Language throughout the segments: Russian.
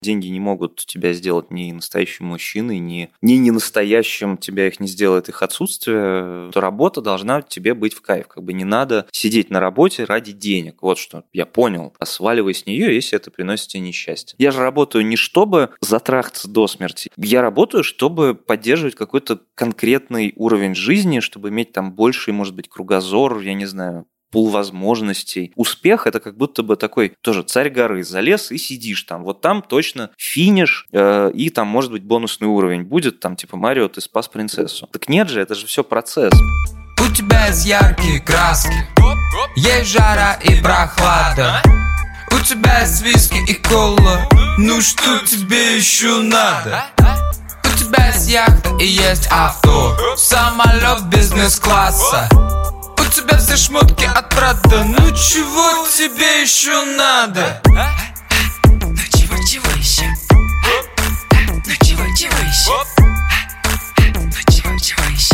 Деньги не могут тебя сделать ни настоящим мужчиной, ни настоящим тебя их не сделает их отсутствие. То работа должна тебе быть в кайф. Как бы не надо сидеть на работе ради денег. Вот что я понял. А сваливай с нее, если это приносит тебе несчастье. Я же работаю не чтобы затрахаться до смерти. Я работаю, чтобы поддерживать какой-то конкретный уровень жизни, чтобы иметь там больший, может быть, кругозор, я не знаю, пул возможностей. Успех – это как будто бы такой тоже царь горы. Залез и сидишь там. Вот там точно финиш, и там, может быть, бонусный уровень будет, там, типа Марио, ты спас принцессу. Так нет же, это же все процесс. У тебя есть яркие краски, есть жара и прохлада. У тебя есть виски и кола, ну что тебе еще надо? У тебя есть яхта и есть авто, самолет бизнес-класса. У тебя все шмотки от Прада, ну чего тебе еще надо? Ну чего еще? Ну чего еще? Ну чего еще?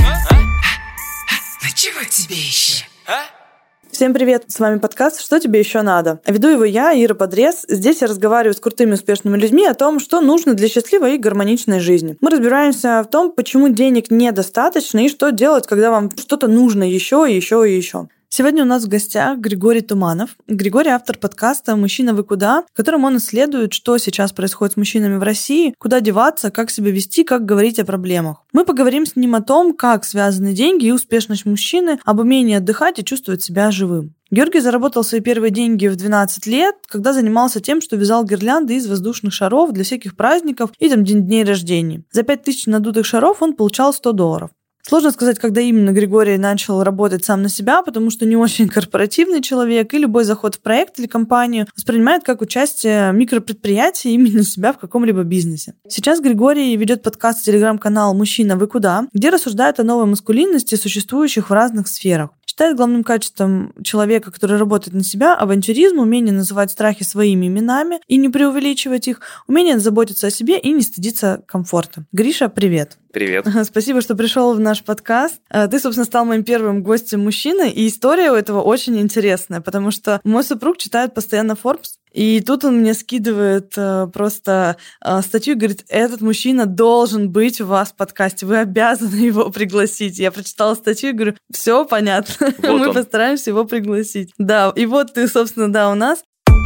Ну чего тебе еще? Всем привет! С вами подкаст «Что тебе еще надо?». Веду его я, Ира Подрез. Здесь я разговариваю с крутыми успешными людьми о том, что нужно для счастливой и гармоничной жизни. Мы разбираемся в том, почему денег недостаточно и что делать, когда вам что-то нужно еще и еще и еще. Сегодня у нас в гостях Григорий Туманов. Григорий – автор подкаста «Мужчина, вы куда?», в котором он исследует, что сейчас происходит с мужчинами в России, куда деваться, как себя вести, как говорить о проблемах. Мы поговорим с ним о том, как связаны деньги и успешность мужчины, об умении отдыхать и чувствовать себя живым. Георгий заработал свои первые деньги в 12 лет, когда занимался тем, что вязал гирлянды из воздушных шаров для всяких праздников и дней рождения. За 5000 надутых шаров он получал $100. Сложно сказать, когда именно Григорий начал работать сам на себя, потому что не очень корпоративный человек, и любой заход в проект или компанию воспринимает как участие микропредприятия именно себя в каком-либо бизнесе. Сейчас Григорий ведет подкаст и телеграм-канал «Мужчина, вы куда?», где рассуждает о новой маскулинности, существующих в разных сферах. Считает главным качеством человека, который работает на себя, авантюризм, умение называть страхи своими именами и не преувеличивать их, умение заботиться о себе и не стыдиться комфорта. Гриша, привет! Привет. Спасибо, что пришел в наш подкаст. Ты, собственно, стал моим первым гостем мужчиной, и история у этого очень интересная, потому что мой супруг читает постоянно Forbes, и тут он мне скидывает просто статью и говорит: этот мужчина должен быть у вас в подкасте, вы обязаны его пригласить. Я прочитала статью и говорю: все понятно, вот мы постараемся его пригласить. Да, и вот ты, собственно, да, у нас.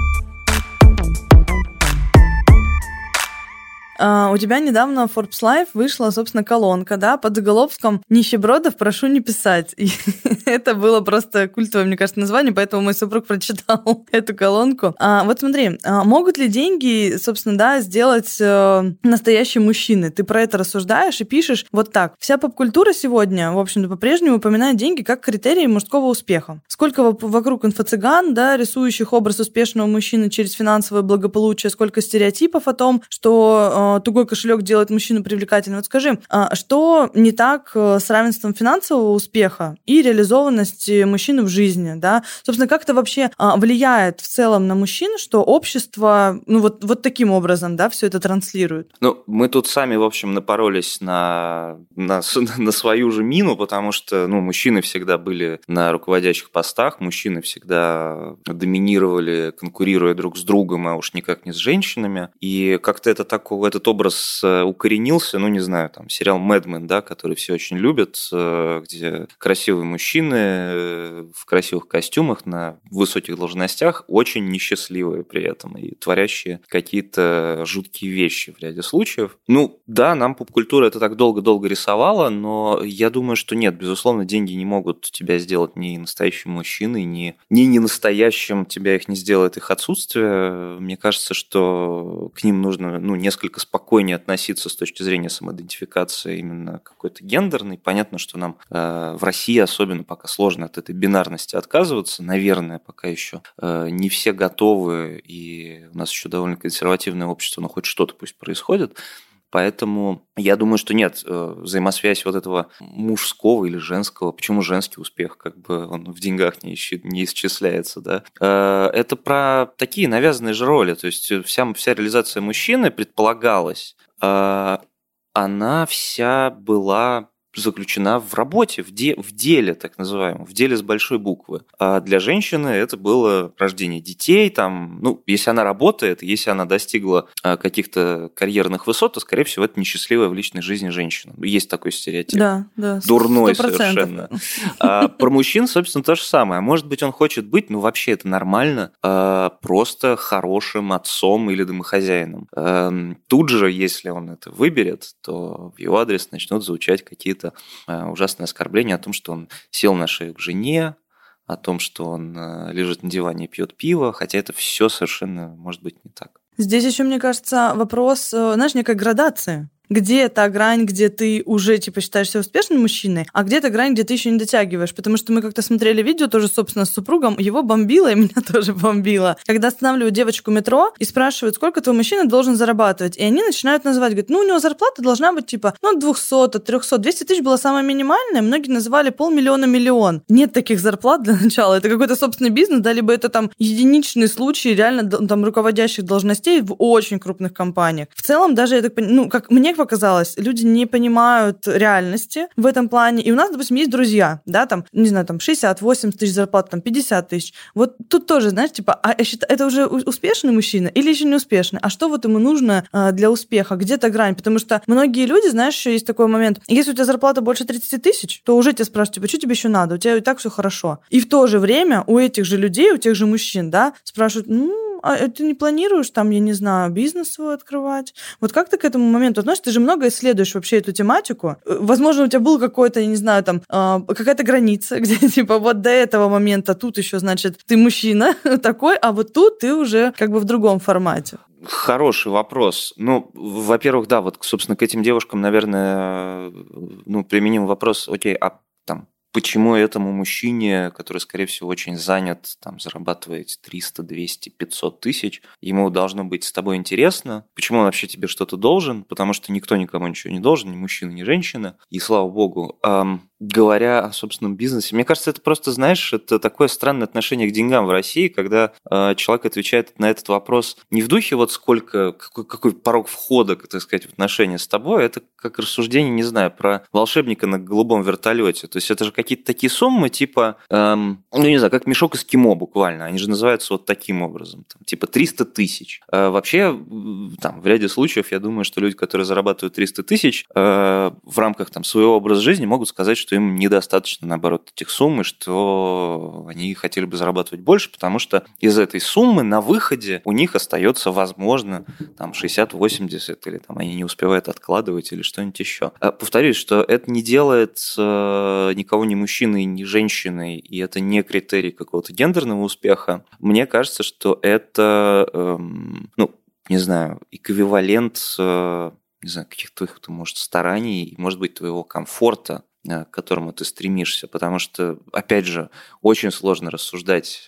У тебя недавно в Forbes Life вышла, собственно, колонка, да, под заголовком «Нищебродов прошу не писать». И это было просто культовое, мне кажется, название, поэтому мой супруг прочитал эту колонку. Вот смотри, могут ли деньги, собственно, да, сделать настоящие мужчины? Ты про это рассуждаешь и пишешь вот так. Вся поп-культура сегодня, в общем-то, по-прежнему упоминает деньги как критерий мужского успеха. Сколько вокруг инфо-цыган, да, рисующих образ успешного мужчины через финансовое благополучие, сколько стереотипов о том, что тугой кошелек делает мужчину привлекательным. Вот скажи, что не так с равенством финансового успеха и реализованности мужчины в жизни, да? Собственно, как это вообще влияет в целом на мужчин, что общество, ну вот таким образом, да, все это транслирует? Ну, мы тут сами, в общем, напоролись на свою же мину, потому что, ну, мужчины всегда были на руководящих постах, мужчины всегда доминировали, конкурируя друг с другом, а уж никак не с женщинами. И как-то этот образ укоренился, ну, не знаю, там, сериал «Мэд Мен», да, который все очень любят, где красивые мужчины в красивых костюмах на высоких должностях, очень несчастливые при этом и творящие какие-то жуткие вещи в ряде случаев. Ну, да, нам поп-культура это так долго-долго рисовала, но я думаю, что нет, безусловно, деньги не могут тебя сделать ни настоящим мужчиной, ни настоящим тебя их не сделает их отсутствие. Мне кажется, что к ним нужно, ну, несколько спокойнее относиться с точки зрения самоидентификации именно какой-то гендерной. Понятно, что нам в России особенно пока сложно от этой бинарности отказываться. Наверное, пока еще не все готовы, и у нас еще довольно консервативное общество, но хоть что-то пусть происходит. Поэтому я думаю, что нет, взаимосвязь вот этого мужского или женского, почему женский успех, как бы он в деньгах не исчисляется, да, это про такие навязанные же роли, то есть вся реализация мужчины предполагалась, она вся была заключена в работе, в деле, так называемом, в деле с большой буквы. А для женщины это было рождение детей, там, ну, если она работает, если она достигла каких-то карьерных высот, то, скорее всего, это несчастливая в личной жизни женщина. Есть такой стереотип. Да, 100%. Дурной совершенно. А про мужчин, собственно, то же самое. А может быть, он хочет быть, ну, вообще это нормально, просто хорошим отцом или домохозяином. Тут же, если он это выберет, то в его адрес начнут звучать какие-то ужасные оскорбления о том, что он сел на шею к жене, о том, что он лежит на диване и пьет пиво, хотя это все совершенно может быть не так. Здесь еще, мне кажется, вопрос, знаешь, некой градации. Где та грань, где ты уже, типа, считаешься успешным мужчиной, а где та грань, где ты еще не дотягиваешь. Потому что мы как-то смотрели видео тоже, собственно, с супругом, его бомбило, и меня тоже бомбило. Когда останавливают девочку в метро и спрашивают, сколько твой мужчина должен зарабатывать, и они начинают называть, говорят, ну, у него зарплата должна быть, типа, ну, от 200, от 300, 200 тысяч была самая минимальная, многие называли 500 000 1 Нет таких зарплат для начала, это какой-то собственный бизнес, да, либо это там единичный случай реально там руководящих должностей в очень крупных компаниях. В целом, даже, я так понимаю, ну, как мне показалось, люди не понимают реальности в этом плане. И у нас, допустим, есть друзья, да, там, не знаю, там 60-80 тысяч зарплат, там 50 тысяч. Вот тут тоже, знаешь, типа, это уже успешный мужчина или еще не успешный? А что вот ему нужно для успеха? Где-то грань? Потому что многие люди, знаешь, еще есть такой момент, если у тебя зарплата больше 30 тысяч, то уже тебя спрашивают, типа, что тебе еще надо? У тебя и так все хорошо. И в то же время у этих же людей, у тех же мужчин, да, спрашивают, а ты не планируешь там, я не знаю, бизнес свой открывать? Вот как ты к этому моменту относишься? Ты же много исследуешь вообще эту тематику. Возможно, у тебя был какой-то, я не знаю, там, какая-то граница, где типа вот до этого момента тут еще, значит, ты мужчина такой, а вот тут ты уже как бы в другом формате. Хороший вопрос. Ну, во-первых, да, вот, собственно, к этим девушкам, наверное, ну, применим вопрос, окей, а там, почему этому мужчине, который, скорее всего, очень занят, там, зарабатывает 300, 200, 500 тысяч, ему должно быть с тобой интересно? Почему он вообще тебе что-то должен? Потому что никто никому ничего не должен, ни мужчина, ни женщина. И слава богу. Говоря о собственном бизнесе, мне кажется, это просто, знаешь, это такое странное отношение к деньгам в России, когда человек отвечает на этот вопрос не в духе вот сколько, какой порог входа, так сказать, в отношения с тобой, это как рассуждение, не знаю, про волшебника на голубом вертолете. То есть это же какие-то такие суммы, типа, ну, не знаю, как мешок эскимо буквально, они же называются вот таким образом, там, типа 300 тысяч. Вообще, там, в ряде случаев, я думаю, что люди, которые зарабатывают 300 тысяч, в рамках там, своего образа жизни могут сказать, что им недостаточно, наоборот, этих сумм, и что они хотели бы зарабатывать больше, потому что из этой суммы на выходе у них остается, возможно, там 60-80, или там они не успевают откладывать, или что-нибудь еще. Повторюсь, что это не делает никого ни мужчиной, ни женщиной, и это не критерий какого-то гендерного успеха. Мне кажется, что это, ну, не знаю, эквивалент, не знаю, каких-то твоих, может, стараний, может быть, твоего комфорта, к которому ты стремишься, потому что, опять же, очень сложно рассуждать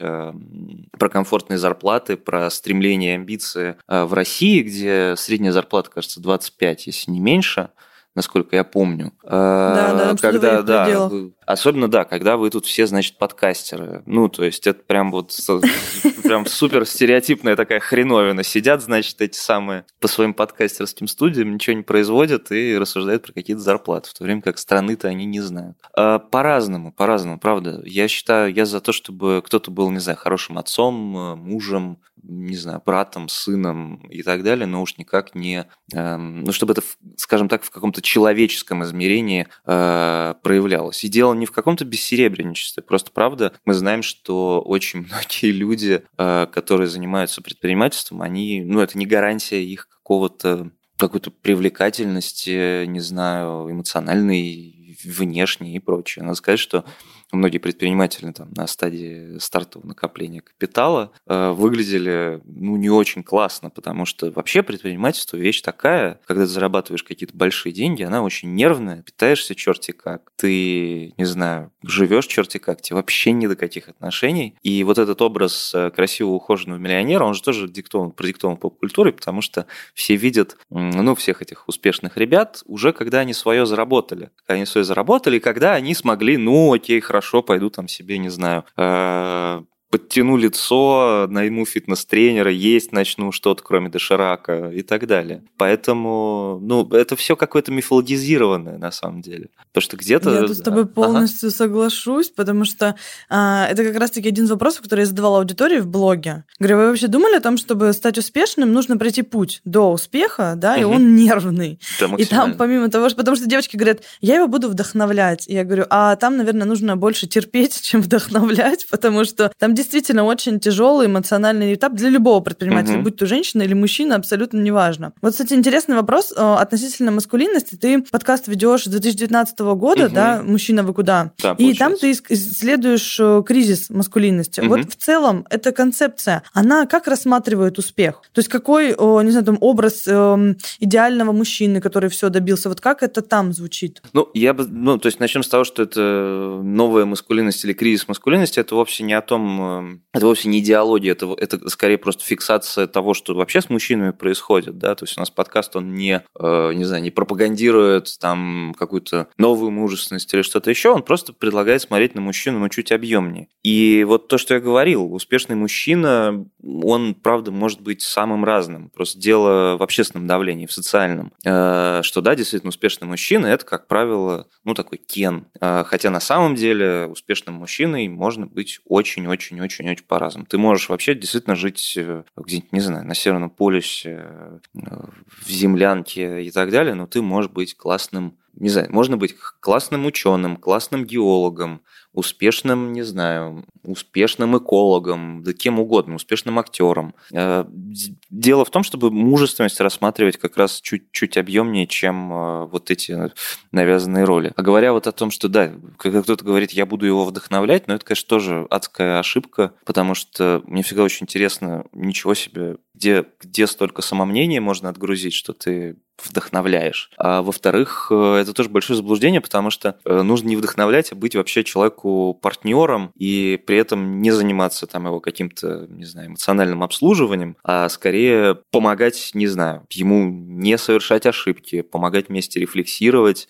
про комфортные зарплаты, про стремления и амбиции в России, где средняя зарплата, кажется, 25, если не меньше, насколько я помню. Да, когда, да, особенно, да, когда вы тут все, значит, подкастеры. Ну, то есть это прям вот прям супер стереотипная такая хреновина. Сидят, значит, эти самые по своим подкастерским студиям, ничего не производят и рассуждают про какие-то зарплаты, в то время как страны-то они не знают. По-разному, правда. Я считаю, я за то, чтобы кто-то был, не знаю, хорошим отцом, мужем, не знаю, братом, сыном и так далее, но уж никак не... Ну, чтобы это, скажем так, в каком-то человеческом измерении проявлялось. И дело не в каком-то бессеребренничестве. Просто, правда, мы знаем, что очень многие люди, которые занимаются предпринимательством, они, ну, это не гарантия их какой-то привлекательности, не знаю, эмоциональной, внешней и прочее. Надо сказать, что многие предприниматели там, на стадии стартового накопления капитала выглядели не очень классно, потому что вообще предпринимательство вещь такая, когда ты зарабатываешь какие-то большие деньги, она очень нервная, питаешься черти как, ты, не знаю, живешь черти как, тебе вообще ни до каких отношений. И вот этот образ красивого ухоженного миллионера, он же тоже продиктован поп-культурой, потому что все видят, всех этих успешных ребят уже когда они свое заработали. И когда они смогли, окей, хорошо, пойду там себе, не знаю, подтяну лицо, найму фитнес-тренера, есть начну что-то, кроме доширака и так далее. Поэтому, это все какое-то мифологизированное на самом деле. Потому что где-то... Я тут с тобой полностью соглашусь, потому что это как раз-таки один из вопросов, который я задавала аудитории в блоге. Говорю, вы вообще думали о том, чтобы стать успешным, нужно пройти путь до успеха, да, и он нервный. Да, и там помимо того, что... Потому что девочки говорят, я его буду вдохновлять. И я говорю, а там, наверное, нужно больше терпеть, чем вдохновлять, потому что там действительно очень тяжелый эмоциональный этап для любого предпринимателя, будь то женщина или мужчина, абсолютно неважно. Вот, кстати, интересный вопрос относительно маскулинности. Ты подкаст ведешь с 2019 года, да, «Мужчина, вы куда?». Да, и там ты исследуешь кризис маскулинности. Вот в целом эта концепция, она как рассматривает успех? То есть какой, не знаю, там образ идеального мужчины, который все добился, вот как это там звучит? То есть начнем с того, что это новая маскулинность или кризис маскулинности, это вовсе не о том, это вовсе не идеология, это скорее просто фиксация того, что вообще с мужчинами происходит, да, то есть у нас подкаст, он не пропагандирует там какую-то новую мужественность или что-то еще, он просто предлагает смотреть на мужчину, чуть объемнее. И вот то, что я говорил, успешный мужчина, он, правда, может быть самым разным, просто дело в общественном давлении, в социальном, что, да, действительно, успешный мужчина – это, как правило, такой кен, хотя на самом деле успешным мужчиной можно быть очень-очень-очень-очень по-разному. Ты можешь вообще действительно жить где-нибудь, не знаю, на Северном полюсе, в землянке и так далее, но ты можешь быть классным, не знаю, можно быть классным ученым, классным геологом, успешным, не знаю, успешным экологом, да кем угодно, успешным актером. Дело в том, чтобы мужественность рассматривать как раз чуть объемнее, чем вот эти навязанные роли. А говоря вот о том, что да, когда кто-то говорит, я буду его вдохновлять, но это, конечно, тоже адская ошибка, потому что мне всегда очень интересно, ничего себе, где столько самомнения можно отгрузить, что ты вдохновляешь. А во-вторых, это тоже большое заблуждение, потому что нужно не вдохновлять, а быть вообще человеку партнером и при этом не заниматься там его каким-то, не знаю, эмоциональным обслуживанием, а скорее помогать, не знаю, ему не совершать ошибки, помогать вместе рефлексировать.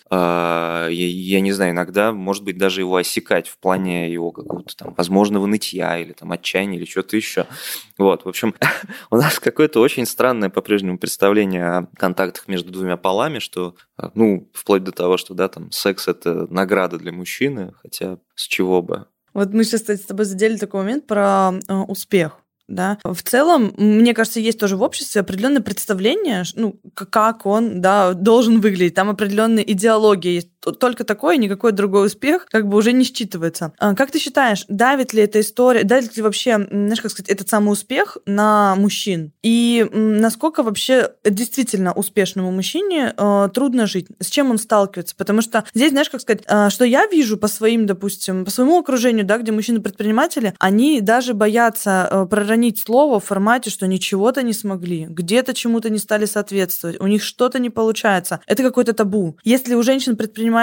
Я не знаю, иногда, может быть, даже его осекать в плане его какого-то там возможного нытья или там отчаяния или что-то еще. Вот, в общем, у нас какое-то очень странное по-прежнему представление о контактах между двумя полами, что, вплоть до того, что, да, там, секс – это награда для мужчины, хотя с чего бы. Вот мы сейчас, кстати, с тобой задели такой момент про успех. Да. В целом, мне кажется, есть тоже в обществе определенное представление, как он, да, должен выглядеть. Там определенная идеология есть. Только такой, никакой другой успех как бы уже не считывается. Как ты считаешь, давит ли эта история, давит ли вообще, знаешь, как сказать, этот самый успех на мужчин? И насколько вообще действительно успешному мужчине трудно жить? С чем он сталкивается? Потому что здесь, знаешь, как сказать, что я вижу по своим, допустим, по своему окружению, да, где мужчины-предприниматели, они даже боятся проронить слово в формате, что ничего-то не смогли, где-то чему-то не стали соответствовать, у них что-то не получается. Это какое-то табу. Если у женщин-предпринимателей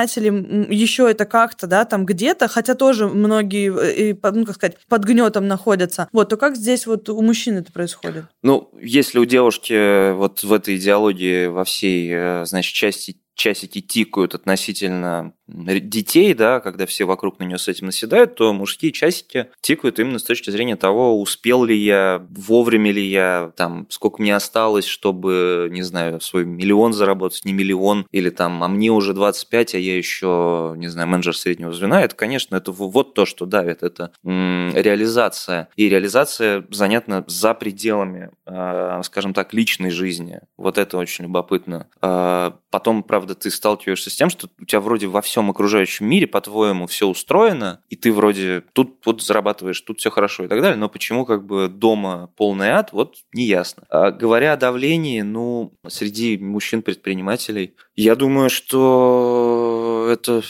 еще это как-то, да, там где-то, хотя тоже многие, как сказать, под гнетом находятся, вот, то как здесь вот у мужчин это происходит? Если у девушки вот в этой идеологии во всей, значит, часики тикают относительно детей, да, когда все вокруг на нее с этим наседают, то мужские часики тикают именно с точки зрения того, успел ли я, вовремя ли я, там, сколько мне осталось, чтобы, не знаю, свой миллион заработать, не миллион, или там, а мне уже 25, а я еще, не знаю, менеджер среднего звена. Это, конечно, это вот то, что давит, это реализация. И реализация занятна за пределами, скажем так, личной жизни. Вот это очень любопытно. Потом, правда, ты сталкиваешься с тем, что у тебя вроде во всем окружающем мире, по-твоему, все устроено, и ты вроде тут зарабатываешь, тут все хорошо и так далее, но почему как бы дома полный ад, вот неясно. Говоря о давлении, среди мужчин-предпринимателей, я думаю, что это...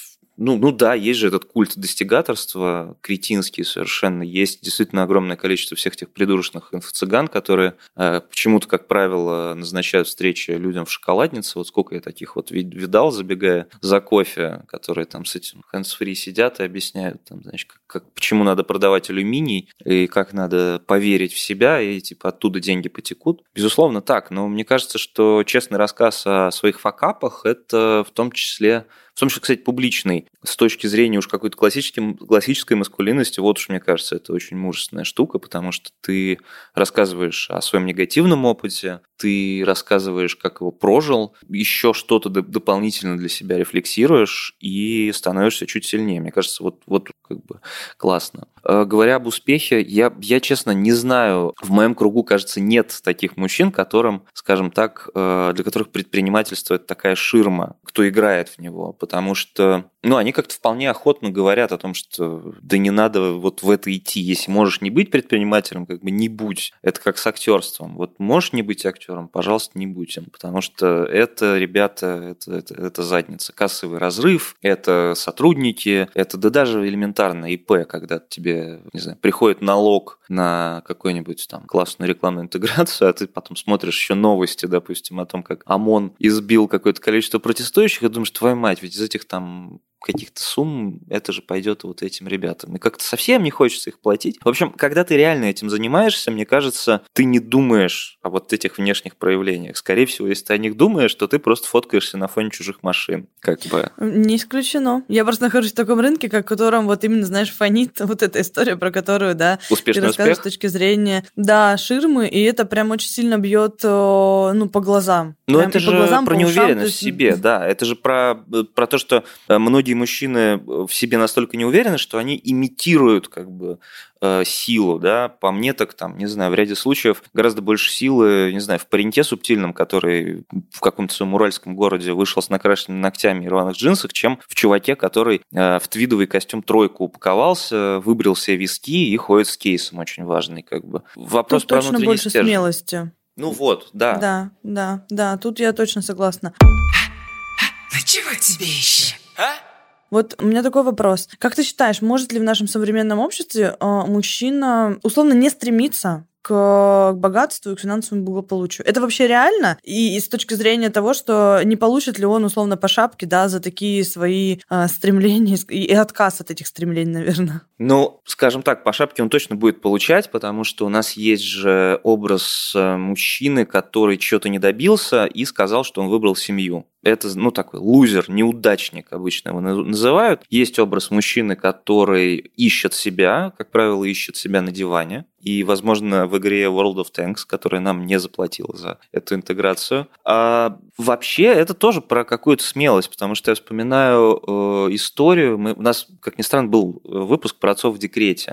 да, есть же этот культ достигаторства, кретинский совершенно. Есть действительно огромное количество всех этих придурочных инфо-цыган, которые почему-то, как правило, назначают встречи людям в шоколаднице. Вот сколько я таких вот видал, забегая за кофе, которые там с этим hands-free сидят и объясняют, там, значит, почему надо продавать алюминий и как надо поверить в себя, и типа оттуда деньги потекут. Безусловно, так. Но мне кажется, что честный рассказ о своих факапах – это в том числе в в том числе, кстати, публичный, с точки зрения уж какой-то классической маскулинности, вот уж мне кажется, это очень мужественная штука, потому что ты рассказываешь о своем негативном опыте, ты рассказываешь, как его прожил, еще что-то дополнительно для себя рефлексируешь и становишься чуть сильнее. Мне кажется, вот как бы классно. Говоря об успехе, я честно не знаю, в моем кругу, кажется, нет таких мужчин, которым, скажем так, для которых предпринимательство – это такая ширма, кто играет в него, потому что они как-то вполне охотно говорят о том, что да не надо вот в это идти, если можешь не быть предпринимателем, как бы не будь. Это как с актерством. Вот можешь не быть актером, пожалуйста, не будь им, потому что это, ребята, это задница. Кассовый разрыв, это сотрудники, это да даже элементарно ИП, когда тебе, не знаю, приходит налог на какую-нибудь там классную рекламную интеграцию, а ты потом смотришь еще новости, допустим, о том, как ОМОН избил какое-то количество протестующих, и думаешь, твою мать, ведь из этих там каких-то сумм это же пойдет вот этим ребятам. И как-то совсем не хочется их платить. В общем, когда ты реально этим занимаешься, мне кажется, ты не думаешь о вот этих внешних проявлениях. Скорее всего, если ты о них думаешь, то ты просто фоткаешься на фоне чужих машин. Как бы. Не исключено. Я просто нахожусь в таком рынке, в котором вот именно, знаешь, фонит вот эта история, про которую, да, успешный ты рассказываешь успех? с точки зрения, да, ширмы, и это прям очень сильно бьет, по глазам. Но прям это же глазам, про ушам, неуверенность в себе, да. Это же про то, что многие мужчины в себе настолько не уверены, что они имитируют как бы силу, да. По мне так там, не знаю, в ряде случаев гораздо больше силы, не знаю, в пареньке субтильном, который в каком-то своем уральском городе вышел с накрашенными ногтями и рваных джинсах, чем в чуваке, который в твидовый костюм тройку упаковался, выбрил себе виски и ходит с кейсом очень важный, как бы. Вопрос тут про точно внутренний больше стержень. смелости. Ну вот, да. Да, тут я точно согласна. Ну чего тебе еще, а? Вот у меня такой вопрос. Как ты считаешь, может ли в нашем современном обществе мужчина условно не стремиться к богатству и к финансовому благополучию? Это вообще реально? И с точки зрения того, что не получит ли он условно по шапке, да, за такие свои стремления и отказ от этих стремлений, наверное? Ну, скажем так, по шапке он точно будет получать, потому что у нас есть же образ мужчины, который чего-то не добился и сказал, что он выбрал семью. Это, такой лузер, неудачник обычно его называют. Есть образ мужчины, который ищет себя, как правило, ищет себя на диване. И, возможно, в игре World of Tanks, которая нам не заплатила за эту интеграцию. А вообще, это тоже про какую-то смелость, потому что я вспоминаю историю. У нас, как ни странно, был выпуск про отцов в декрете,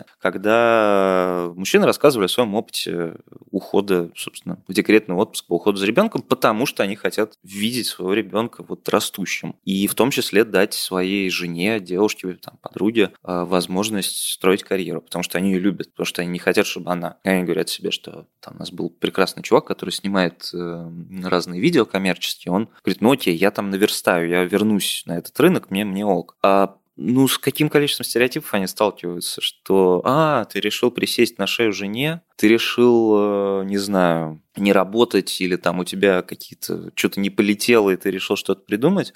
когда мужчины рассказывали о своем опыте ухода, собственно, в декретный отпуск по уходу за ребенком, потому что они хотят видеть своего ребенка вот растущим. И в том числе дать своей жене, девушке, там, подруге возможность строить карьеру, потому что они ее любят, потому что они не хотят, чтобы она... Они говорят себе, что там у нас был прекрасный чувак, который снимает разные видео коммерческие, он говорит, окей, я там наверстаю, я вернусь на этот рынок, мне ок. С каким количеством стереотипов они сталкиваются, что, ты решил присесть на шею жене, ты решил, не знаю, не работать, или там у тебя какие-то что-то не полетело, и ты решил что-то придумать.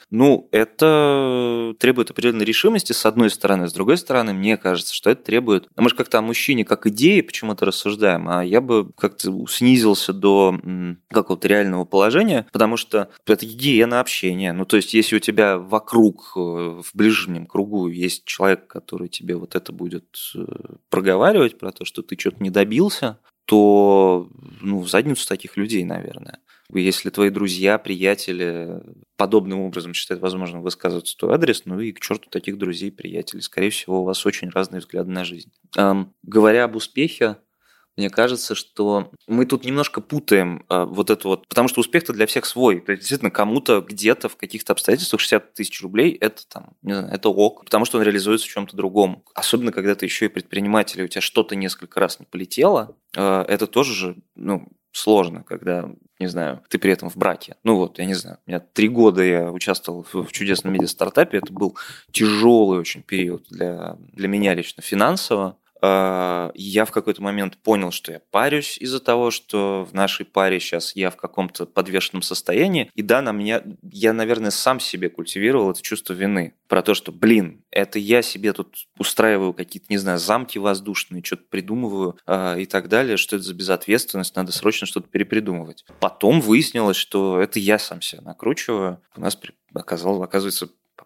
Это требует определенной решимости, с одной стороны. С другой стороны, мне кажется, что это требует... Мы же как-то о мужчине как идее почему-то рассуждаем, а я бы как-то снизился до какого-то реального положения, потому что это гигиена общения. То есть, если у тебя вокруг, в ближнем кругу есть человек, который тебе вот это будет проговаривать про то, что ты что-то не добился, то в задницу таких людей, наверное. Если твои друзья, приятели подобным образом считают возможным высказываться в твой адрес, и к черту таких друзей, приятелей. Скорее всего, у вас очень разные взгляды на жизнь. Говоря об успехе, мне кажется, что мы тут немножко путаем потому что успех-то для всех свой. То есть, действительно, кому-то где-то в каких-то обстоятельствах 60 тысяч рублей – это там, не знаю, это ок, потому что он реализуется в чем-то другом. Особенно, когда ты еще и предприниматель, и у тебя что-то несколько раз не полетело, это тоже же, сложно, когда, не знаю, ты при этом в браке. Я не знаю, у меня 3 года я участвовал в чудесном медиа-стартапе, это был тяжелый очень период для меня лично финансово. Я в какой-то момент понял, что я парюсь из-за того, что в нашей паре сейчас я в каком-то подвешенном состоянии. И да, я, наверное, сам себе культивировал это чувство вины. Про то, что, это я себе тут устраиваю какие-то, не знаю, замки воздушные, что-то придумываю и так далее, что это за безответственность, надо срочно что-то перепридумывать. Потом выяснилось, что это я сам себя накручиваю. У нас оказывается, по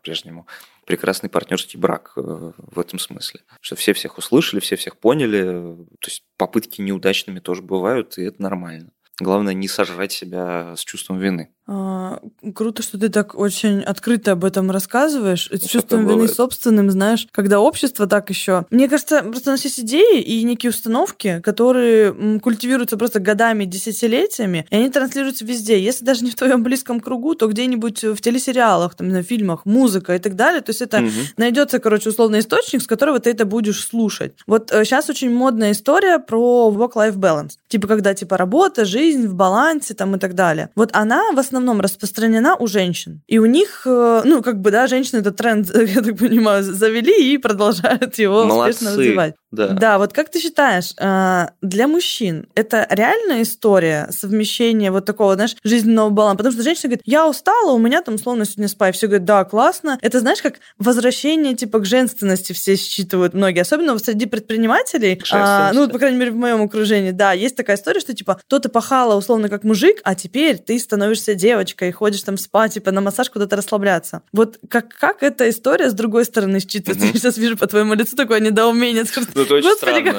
по-прежнему прекрасный партнерский брак в этом смысле. Что все всех услышали, все всех поняли. То есть попытки неудачными тоже бывают, и это нормально. Главное, не сожрать себя с чувством вины. Круто, что ты так очень открыто об этом рассказываешь. С чувством вины собственным, знаешь, когда общество так еще. Мне кажется, просто у нас есть идеи и некие установки, которые культивируются просто годами, десятилетиями, и они транслируются везде. Если даже не в твоем близком кругу, то где-нибудь в телесериалах, там, на фильмах, музыка и так далее. То есть это найдется, короче, условный источник, с которого ты это будешь слушать. Вот сейчас очень модная история про work-life balance. Типа, когда типа работа, жизнь в балансе там и так далее. Вот она в основном распространена у женщин. И у них, ну, как бы, да, женщины этот тренд, я так понимаю, завели и продолжают его успешно развивать. Да, вот как ты считаешь, для мужчин это реальная история совмещения вот такого, знаешь, жизненного баланса? Потому что женщина говорит, я устала, у меня там условно сегодня спа, и все говорят, да, классно. Это, знаешь, как возвращение типа к женственности все считывают многие, особенно среди предпринимателей. Ну, по крайней мере, в моем окружении, да, есть такая история, что типа то ты пахала условно как мужик, а теперь ты становишься девочкой, ходишь там в спа, типа на массаж куда-то расслабляться. Вот как эта история с другой стороны считывается? Я сейчас вижу по твоему лицу такое недоумение. Это очень странно.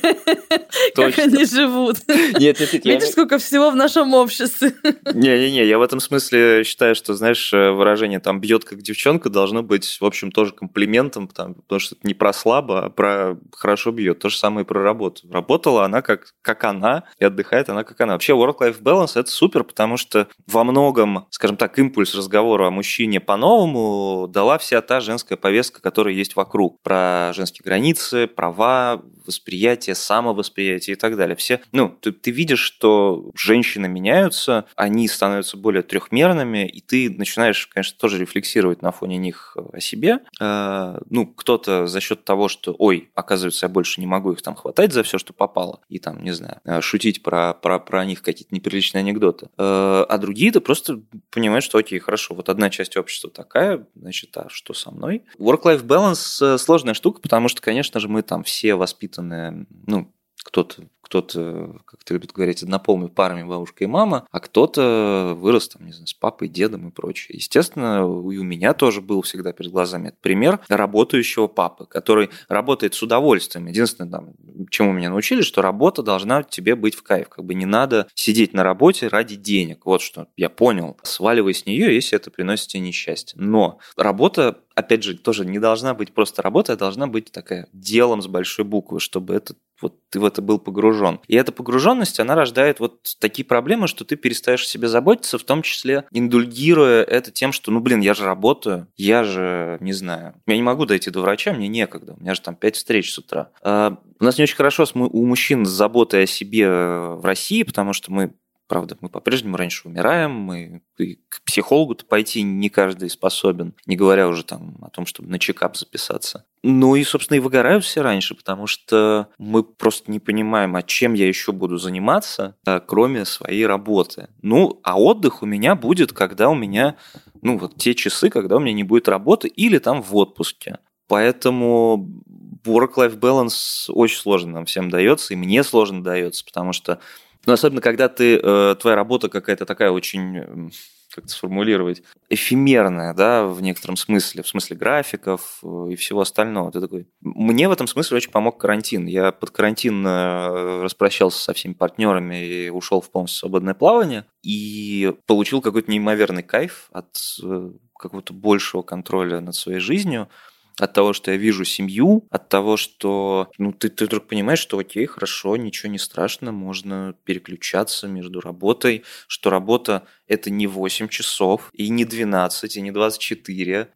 Как они живут. Видишь, сколько всего в нашем обществе. Не-не-не, я в этом смысле считаю, что, знаешь, выражение там «бьет как девчонка» должно быть, в общем, тоже комплиментом, потому что это не про слабо, а про хорошо бьет. То же самое и про работу. Работала она как она, и отдыхает она как она. Вообще, work-life balance – это супер, потому что во многом, скажем так, импульс разговора о мужчине по-новому дала вся та женская повестка, которая есть вокруг. Про женские границы, права, восприятие, самовосприятие и так далее. Все, ты видишь, что женщины меняются, они становятся более трехмерными, и ты начинаешь, конечно, тоже рефлексировать на фоне них о себе. Кто-то за счет того, что, оказывается, я больше не могу их там хватать за все, что попало, и там, не знаю, шутить про них какие-то неприличные анекдоты. А другие-то просто понимают, что окей, хорошо, вот одна часть общества такая, значит, а что со мной? Work-life balance сложная штука, потому что, конечно же, мы там все воспитанные, кто-то, как ты любишь говорить, однополыми парами бабушка и мама, а кто-то вырос там, не знаю, с папой, дедом и прочее. Естественно, и у меня тоже был всегда перед глазами этот пример работающего папы, который работает с удовольствием. Единственное, там, чему меня научили, что работа должна тебе быть в кайф. Как бы не надо сидеть на работе ради денег. Вот что я понял. Сваливай с нее, если это приносит тебе несчастье. Но работа, опять же, тоже не должна быть просто работа, а должна быть такая делом с большой буквы, чтобы ты в это был погружен. И эта погруженность, она рождает вот такие проблемы, что ты перестаешь о себе заботиться, в том числе индульгируя это тем, что, я же работаю, я же, не знаю, я не могу дойти до врача, мне некогда, у меня же там 5 встреч с утра. У нас не очень хорошо у мужчин с заботой о себе в России, потому что мы по-прежнему раньше умираем, и к психологу-то пойти не каждый способен, не говоря уже там о том, чтобы на чекап записаться. И, собственно, и выгорают все раньше, потому что мы просто не понимаем, а чем я еще буду заниматься, кроме своей работы. А отдых у меня будет, когда у меня, те часы, когда у меня не будет работы или там в отпуске. Поэтому work-life balance очень сложно нам всем дается, и мне сложно дается, потому что особенно когда твоя работа какая-то такая очень, как это сформулировать, эфемерная, да, в некотором смысле, в смысле графиков и всего остального. Ты такой... Мне в этом смысле очень помог карантин. Я под карантин распрощался со всеми партнерами и ушел в полностью свободное плавание и получил какой-то неимоверный кайф от какого-то большего контроля над своей жизнью, от того, что я вижу семью, от того, что ты вдруг понимаешь, что окей, хорошо, ничего не страшно, можно переключаться между работой, что работа – это не 8 часов, и не 12, и не 24,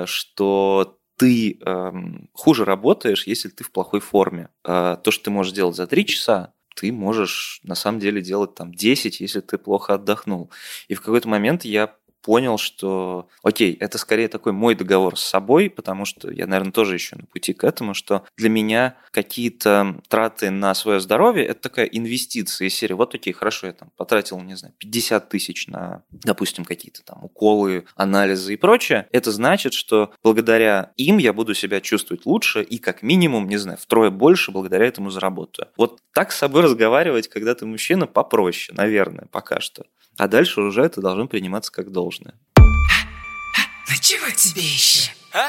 что ты хуже работаешь, если ты в плохой форме. То, что ты можешь делать за 3 часа, ты можешь на самом деле делать там 10, если ты плохо отдохнул. И в какой-то момент я понял, что, окей, это скорее такой мой договор с собой, потому что я, наверное, тоже еще на пути к этому, что для меня какие-то траты на свое здоровье – это такая инвестиция из серии. Вот окей, хорошо, я там потратил, 50 тысяч на, допустим, какие-то там уколы, анализы и прочее. Это значит, что благодаря им я буду себя чувствовать лучше и как минимум, втрое больше благодаря этому заработаю. Вот так с собой разговаривать, когда ты мужчина, попроще, наверное, пока что. А дальше уже это должно приниматься как должное. Ну чего тебе еще, а?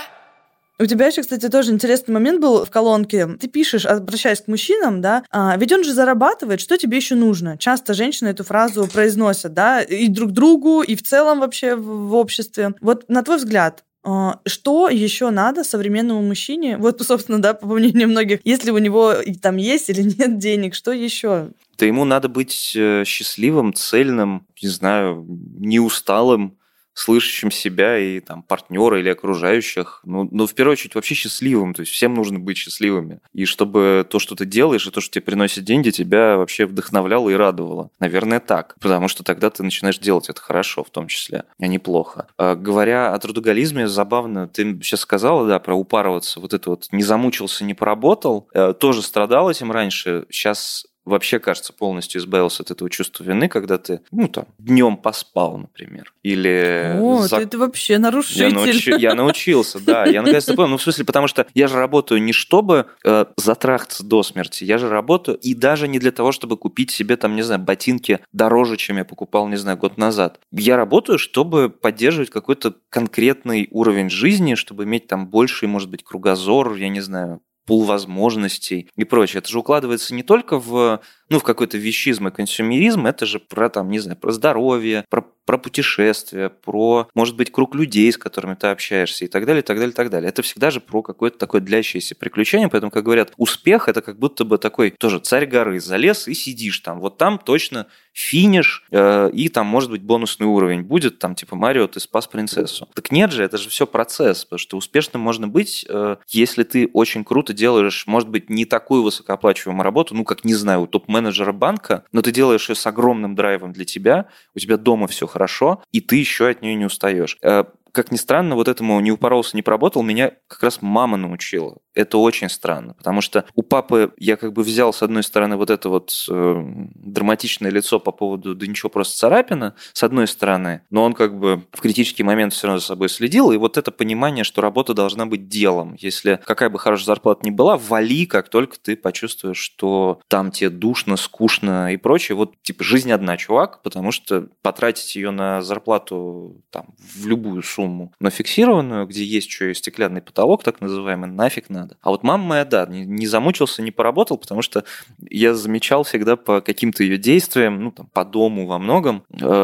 У тебя еще, кстати, тоже интересный момент был в колонке. Ты пишешь, обращаясь к мужчинам, да, ведь он же зарабатывает, что тебе еще нужно? Часто женщины эту фразу произносят, да, и друг другу, и в целом вообще в обществе. Вот на твой взгляд, что еще надо современному мужчине? Вот, собственно, да, по мнению многих, если у него там есть или нет денег, что еще? Да ему надо быть счастливым, цельным, не знаю, неусталым, слышащим себя и там партнера или окружающих, но в первую очередь вообще счастливым, то есть всем нужно быть счастливыми. И чтобы то, что ты делаешь, и то, что тебе приносит деньги, тебя вообще вдохновляло и радовало. Наверное, так, потому что тогда ты начинаешь делать это хорошо в том числе, а не плохо. Говоря о трудоголизме, забавно, ты сейчас сказала, да, про упарываться, вот это вот не замучился, не поработал, тоже страдал этим раньше, сейчас вообще, кажется, полностью избавился от этого чувства вины, когда ты, днем поспал, например. Или... ты вообще нарушитель. Я научился, да. Я наконец-то понял. В смысле, потому что я же работаю не чтобы затрахаться до смерти, я же работаю и даже не для того, чтобы купить себе, там, не знаю, ботинки дороже, чем я покупал, не знаю, год назад. Я работаю, чтобы поддерживать какой-то конкретный уровень жизни, чтобы иметь там больший, может быть, кругозор, я не знаю, пул возможностей и прочее. Это же укладывается не только в какой-то вещизм и консюмеризм, это же про, там, не знаю, про здоровье, про путешествия, про, может быть, круг людей, с которыми ты общаешься и так далее, и так далее, и так далее. Это всегда же про какое-то такое длящееся приключение, поэтому, как говорят, успех – это как будто бы такой тоже царь горы, залез и сидишь там, вот там точно финиш, и там, может быть, бонусный уровень будет, там, типа Марио, ты спас принцессу. Так нет же, это же все процесс, потому что успешным можно быть, если ты очень круто делаешь, может быть, не такую высокооплачиваемую работу, как, не знаю, у топ-менеджера банка, но ты делаешь ее с огромным драйвом для тебя, у тебя дома все хорошо, и ты еще от нее не устаешь. Как ни странно, вот этому не упоролся, не поработал, меня как раз мама научила. Это очень странно, потому что у папы я как бы взял, с одной стороны, вот это вот драматичное лицо по поводу «да ничего, просто царапина», с одной стороны, но он как бы в критический момент все равно за собой следил, и вот это понимание, что работа должна быть делом. Если какая бы хорошая зарплата ни была, вали, как только ты почувствуешь, что там тебе душно, скучно и прочее. Вот типа жизнь одна, чувак, потому что потратить ее на зарплату там, в любую сумму, но фиксированную, где есть еще и стеклянный потолок, так называемый, нафиг надо. А вот мама моя, да, не замучился, не поработал, потому что я замечал всегда по каким-то ее действиям, по дому во многом,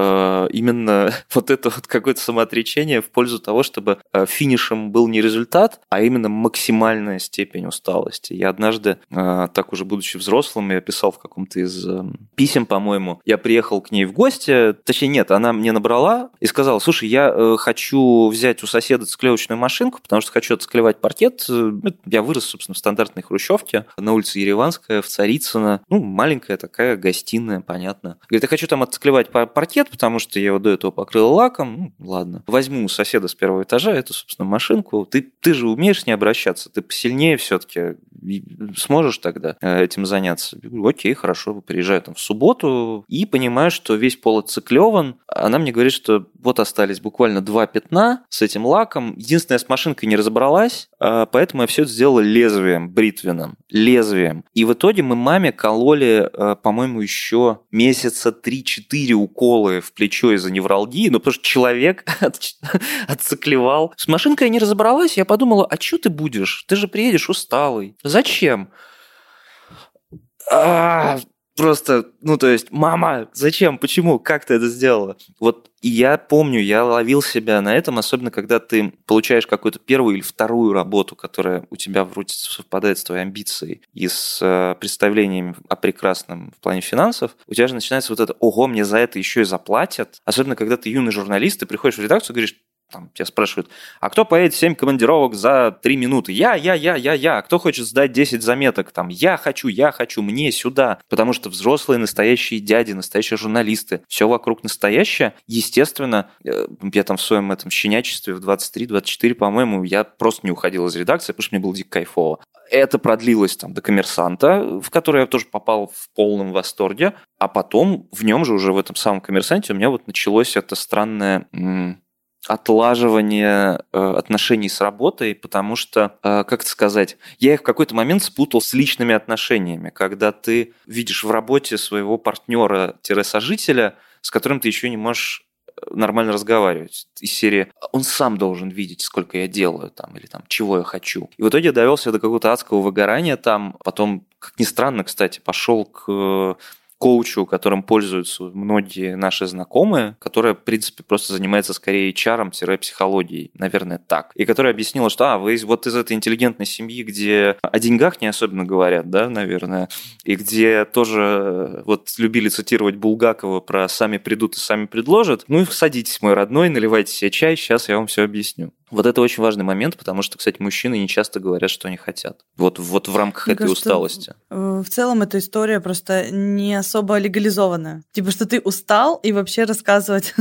именно вот это вот какое-то самоотречение в пользу того, чтобы финишем был не результат, а именно максимальная степень усталости. Я однажды, так уже будучи взрослым, я писал в каком-то из писем, по-моему, я приехал к ней в гости, точнее нет, она мне набрала и сказала: слушай, я хочу взять у соседа цеклевочную машинку, потому что хочу отцеклевать паркет. Я вырос, собственно, в стандартной хрущевке на улице Ереванская, в Царицыно. Маленькая такая гостиная, понятно. Говорит, я хочу там отцеклевать паркет, потому что я его до этого покрыл лаком. Ладно. Возьму у соседа с первого этажа эту, собственно, машинку. Ты же умеешь с ней обращаться, ты посильнее все-таки сможешь тогда этим заняться? Я говорю, окей, хорошо, приезжаю там в субботу и понимаю, что весь пол отцеклеван. Она мне говорит, что вот остались буквально 2 пятна с этим лаком. Единственное, с машинкой не разобралась, поэтому я все это сделала лезвием, бритвенным. Лезвием. И в итоге мы маме кололи, по-моему, еще месяца 3-4 уколы в плечо из-за невралгии, потому что человек отцеклевал. С машинкой я не разобралась, я подумала, а что ты будешь? Ты же приедешь усталый. Зачем? Просто, то есть, мама, зачем, почему, как ты это сделала? Вот, и я помню, я ловил себя на этом, особенно когда ты получаешь какую-то первую или вторую работу, которая у тебя вроде совпадает с твоей амбицией и с представлениями о прекрасном в плане финансов, у тебя же начинается вот это, ого, мне за это еще и заплатят. Особенно, когда ты юный журналист, ты приходишь в редакцию и говоришь, там тебя спрашивают, а кто поедет 7 командировок за 3 минуты? Я. А кто хочет сдать 10 заметок? Там, я хочу, мне сюда. Потому что взрослые настоящие дяди, настоящие журналисты, все вокруг настоящее. Естественно, я там в своем этом щенячестве в 23-24, по-моему, я просто не уходил из редакции, потому что мне было дико кайфово. Это продлилось там до «Коммерсанта», в который я тоже попал в полном восторге. А потом в нем же уже в этом самом «Коммерсанте» у меня вот началось это странное отлаживание отношений с работой, потому что, как это сказать, я их в какой-то момент спутал с личными отношениями, когда ты видишь в работе своего партнера-сожителя, с которым ты еще не можешь нормально разговаривать. Из серии «он сам должен видеть, сколько я делаю там, или там, чего я хочу». И в итоге я довел себя до какого-то адского выгорания там, потом, как ни странно, кстати, пошел к коучу, которым пользуются многие наши знакомые, которая, в принципе, просто занимается скорее HR-психологией, наверное, так. И которая объяснила, что вы вот из этой интеллигентной семьи, где о деньгах не особенно говорят, да, наверное, и где тоже вот любили цитировать Булгакова про «сами придут и сами предложат», ну и садитесь, мой родной, наливайте себе чай, сейчас я вам все объясню. Вот это очень важный момент, потому что, кстати, мужчины не часто говорят, что они хотят. Вот в рамках этой усталости. В целом эта история просто не особо легализованная. Типа, что ты устал, и вообще рассказывать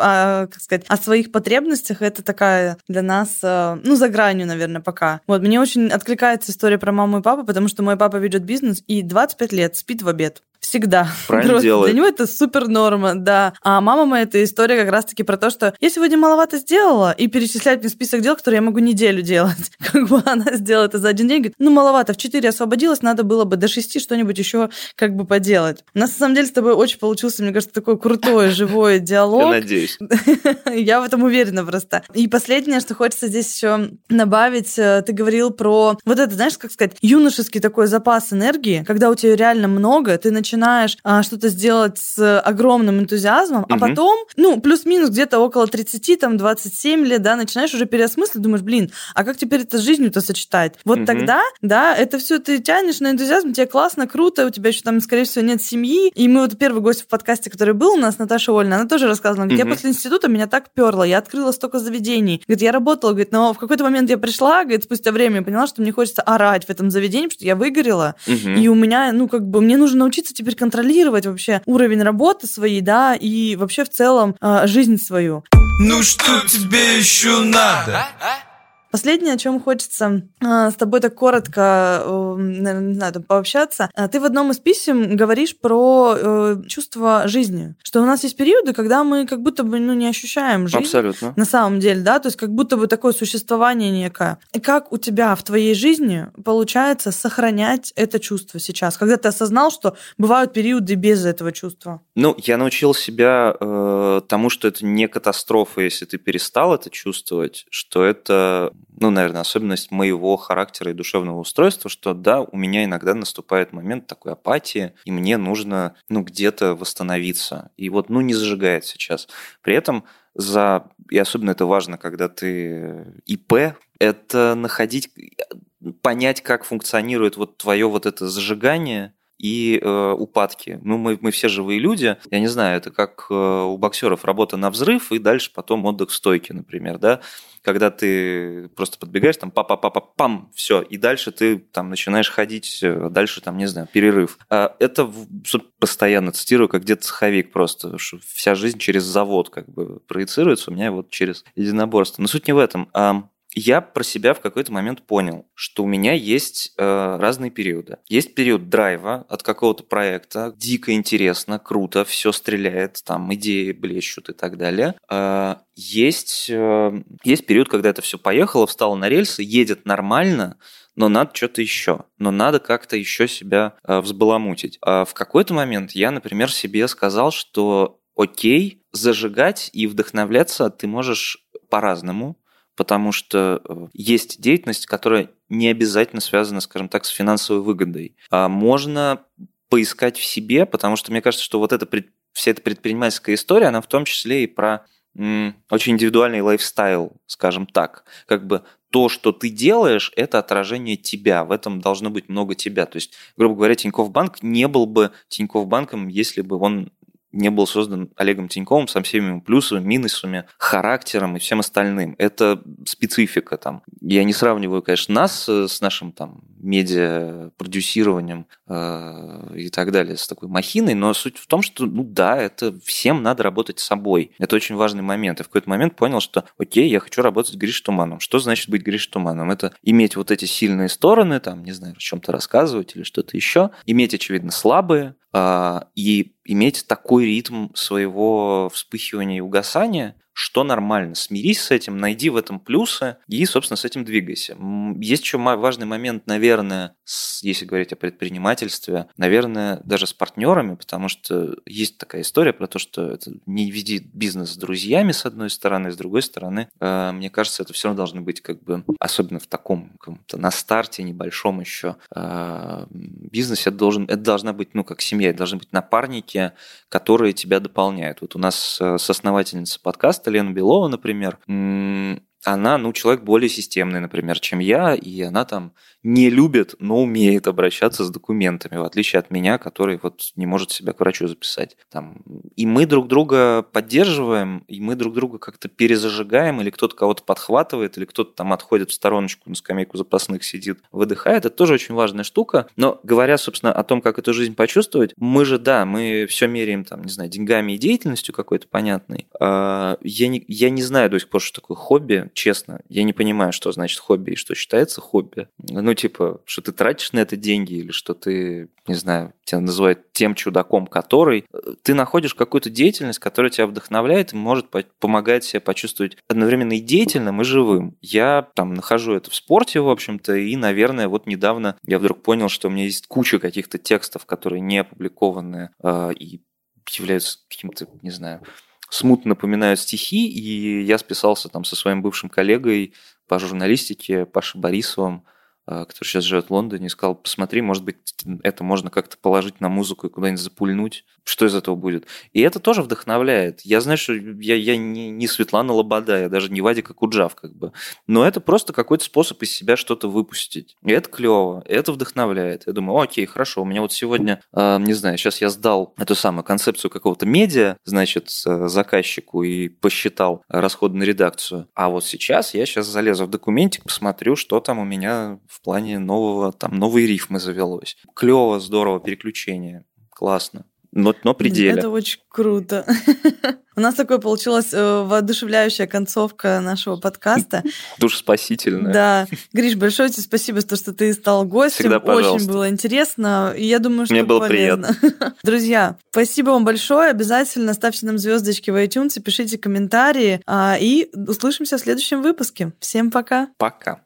о своих потребностях, это такая для нас, за гранью, наверное, пока. Вот, мне очень откликается история про маму и папу, потому что мой папа ведет бизнес и 25 лет спит в обед. Всегда. Правильно делает. Для него это супер норма, да. А мама моя, это история как раз-таки про то, что я сегодня маловато сделала, и перечисляет мне список дел, которые я могу неделю делать. Как бы она сделала это за один день, говорит, маловато, в 4 освободилась, надо было бы до 6 что-нибудь еще как бы поделать. У нас, на самом деле, с тобой очень получился, мне кажется, такой крутой, живой диалог. Я надеюсь. Я в этом уверена просто. И последнее, что хочется здесь еще добавить, ты говорил про вот это, знаешь, как сказать, юношеский такой запас энергии, когда у тебя реально много, ты начинаешь что-то сделать с огромным энтузиазмом, а потом, плюс-минус где-то около 30, 27 лет, да, начинаешь уже переосмысливать, думаешь, а как теперь это с жизнью-то сочетать? Вот тогда, да, это все ты тянешь на энтузиазм, тебе классно, круто, у тебя еще там, скорее всего, нет семьи. И мы вот первый гость в подкасте, который был у нас, Наташа Ольна, она тоже рассказывала, говорит, я после института, меня так перло, я открыла столько заведений. Говорит, я работала, говорит, но в какой-то момент я пришла, говорит, спустя время поняла, что мне хочется орать в этом заведении, потому что я выгорела, и у меня, мне нужно научиться теперь контролировать вообще уровень работы своей, да, и вообще в целом жизнь свою. Ну что тебе еще надо? Последнее, о чем хочется с тобой так коротко, не знаю, пообщаться. Ты в одном из писем говоришь про чувство жизни, что у нас есть периоды, когда мы как будто бы не ощущаем жизнь. Абсолютно. На самом деле, да, то есть как будто бы такое существование некое. И как у тебя в твоей жизни получается сохранять это чувство сейчас, когда ты осознал, что бывают периоды без этого чувства? Я научил себя тому, что это не катастрофа, если ты перестал это чувствовать, что это, наверное, особенность моего характера и душевного устройства, что да, у меня иногда наступает момент такой апатии, и мне нужно, где-то восстановиться. И не зажигает сейчас. При этом и особенно это важно, когда ты ИП, это понять, как функционирует твое это зажигание и упадки. Мы все живые люди. Я не знаю, это как у боксеров работа на взрыв и дальше потом отдых в стойке, например, да? Когда ты просто подбегаешь, там па-па-па-па-пам, все, и дальше ты там начинаешь ходить, дальше там, не знаю, перерыв. Это постоянно цитирую, как дед цеховик просто, что вся жизнь через завод как бы проецируется, у меня через единоборство. Но суть не в этом. Я про себя в какой-то момент понял, что у меня есть разные периоды. Есть период драйва от какого-то проекта, дико интересно, круто, все стреляет, там идеи блещут и так далее. Есть период, когда это все поехало, встало на рельсы, едет нормально, но надо что-то еще. Но надо как-то еще себя взбаламутить. В какой-то момент я, например, себе сказал, что окей, зажигать и вдохновляться ты можешь по-разному, потому что есть деятельность, которая не обязательно связана, скажем так, с финансовой выгодой. Можно поискать в себе, потому что мне кажется, что вся эта предпринимательская история, она в том числе и про очень индивидуальный лайфстайл, скажем так. Как бы то, что ты делаешь, это отражение тебя. В этом должно быть много тебя. То есть, грубо говоря, Тинькофф Банк не был бы Тинькофф Банком, если бы он не был создан Олегом Тиньковым со всеми его плюсами, минусами, характером и всем остальным. Это специфика там. Я не сравниваю, конечно, нас с нашим там медиапродюсированием и так далее, с такой махиной, но суть в том, что, это всем надо работать с собой. Это очень важный момент. И в какой-то момент понял, что окей, я хочу работать с Гришей Тумановым. Что значит быть Гришей Тумановым? Это иметь вот эти сильные стороны, там, не знаю, о чем-то рассказывать или что-то еще, иметь, очевидно, слабые, и иметь такой ритм своего вспыхивания и угасания, что нормально. Смирись с этим, найди в этом плюсы и, собственно, с этим двигайся. Есть еще важный момент, наверное, если говорить о предпринимательстве, наверное, даже с партнерами, потому что есть такая история про то, что это не веди бизнес с друзьями, с одной стороны, с другой стороны, мне кажется, это все равно должно быть как бы, особенно в таком каком-то на старте небольшом еще бизнесе, это должна быть, как семья, это должны быть напарники, которые тебя дополняют. Вот у нас соосновательница подкаста Лена Белова, например, она, человек более системный, например, чем я, и она там не любит, но умеет обращаться с документами, в отличие от меня, который вот не может себя к врачу записать. И мы друг друга поддерживаем, и мы друг друга как-то перезажигаем, или кто-то кого-то подхватывает, или кто-то там отходит в стороночку, на скамейку запасных сидит, выдыхает. Это тоже очень важная штука. Но говоря, собственно, о том, как эту жизнь почувствовать, мы все меряем, деньгами и деятельностью какой-то понятной. Я не знаю до сих пор, что такое хобби, честно. Я не понимаю, что значит хобби и что считается хобби. Что ты тратишь на это деньги, или что ты, не знаю, тебя называют тем чудаком, который... Ты находишь какую-то деятельность, которая тебя вдохновляет и может помогать себя почувствовать одновременно и деятельным, и живым. Я нахожу это в спорте, в общем-то, и, наверное, вот недавно я вдруг понял, что у меня есть куча каких-то текстов, которые не опубликованы и являются каким-то, не знаю, смутно напоминают стихи, и я списался со своим бывшим коллегой по журналистике, Пашей Борисовым, который сейчас живет в Лондоне, и сказал: посмотри, может быть, это можно как-то положить на музыку и куда-нибудь запульнуть. Что из этого будет? И это тоже вдохновляет. Я знаю, что я не Светлана Лобода, я даже не Вадик Акуджав, но это просто какой-то способ из себя что-то выпустить. И это клево, и это вдохновляет. Я думаю: окей, хорошо, у меня вот сегодня, не знаю, сейчас я сдал эту самую концепцию какого-то медиа, заказчику и посчитал расходы на редакцию. А вот сейчас я залезу в документик, посмотрю, что там у меня в плане новые рифмы завелось. Клево, здорово, переключение, классно. Но пределе. Это очень круто. У нас такой получилась воодушевляющая концовка нашего подкаста. Душеспасительная. Да. Гриш, большое тебе спасибо, что ты стал гостем. Всегда пожалуйста. Очень было интересно. И я думаю, что мне было полезно. Приятно. Друзья, спасибо вам большое. Обязательно ставьте нам звездочки в iTunes, пишите комментарии. И услышимся в следующем выпуске. Всем пока. Пока.